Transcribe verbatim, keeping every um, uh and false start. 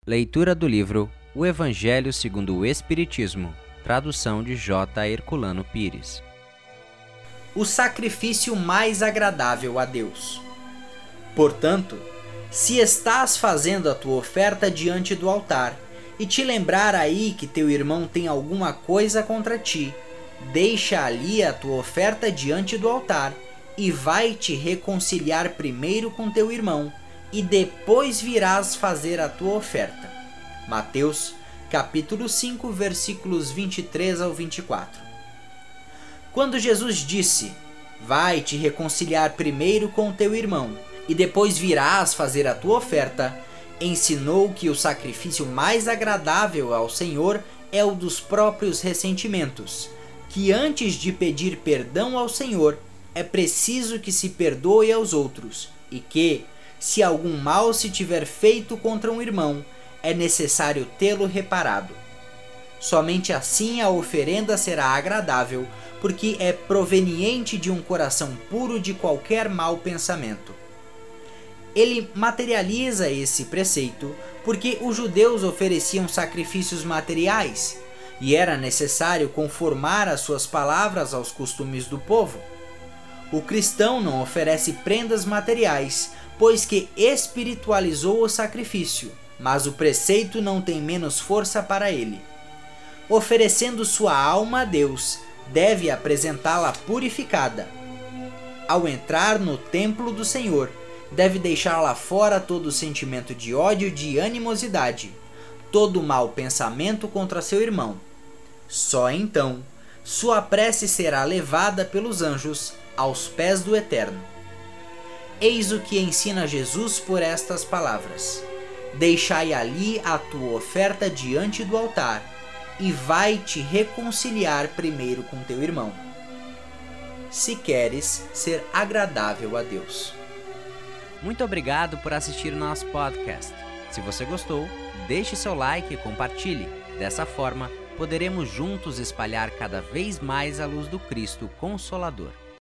Leitura do livro O Evangelho segundo o Espiritismo, tradução de J. Herculano Pires. O sacrifício mais agradável a Deus. Portanto, se estás fazendo a tua oferta diante do altar, e te lembrar aí que teu irmão tem alguma coisa contra ti, deixa ali a tua oferta diante do altar, e vai te reconciliar primeiro com teu irmão, e depois virás fazer a tua oferta. Mateus, capítulo cinco, versículos vinte e três ao vinte e quatro. Quando Jesus disse, vai te reconciliar primeiro com teu irmão, e depois virás fazer a tua oferta, ensinou que o sacrifício mais agradável ao Senhor é o dos próprios ressentimentos, que antes de pedir perdão ao Senhor, é preciso que se perdoe aos outros, e que, se algum mal se tiver feito contra um irmão, é necessário tê-lo reparado. Somente assim a oferenda será agradável, porque é proveniente de um coração puro de qualquer mau pensamento. Ele materializa esse preceito porque os judeus ofereciam sacrifícios materiais, e era necessário conformar as suas palavras aos costumes do povo. O cristão não oferece prendas materiais, pois que espiritualizou o sacrifício, mas o preceito não tem menos força para ele. Oferecendo sua alma a Deus, deve apresentá-la purificada. Ao entrar no templo do Senhor, deve deixar lá fora todo sentimento de ódio e de animosidade, todo mau pensamento contra seu irmão. Só então, sua prece será levada pelos anjos aos pés do Eterno. Eis o que ensina Jesus por estas palavras: deixai ali a tua oferta diante do altar, e vai te reconciliar primeiro com teu irmão, se queres ser agradável a Deus. Muito obrigado por assistir o nosso podcast. Se você gostou, deixe seu like e compartilhe. Dessa forma, poderemos juntos espalhar cada vez mais a luz do Cristo Consolador.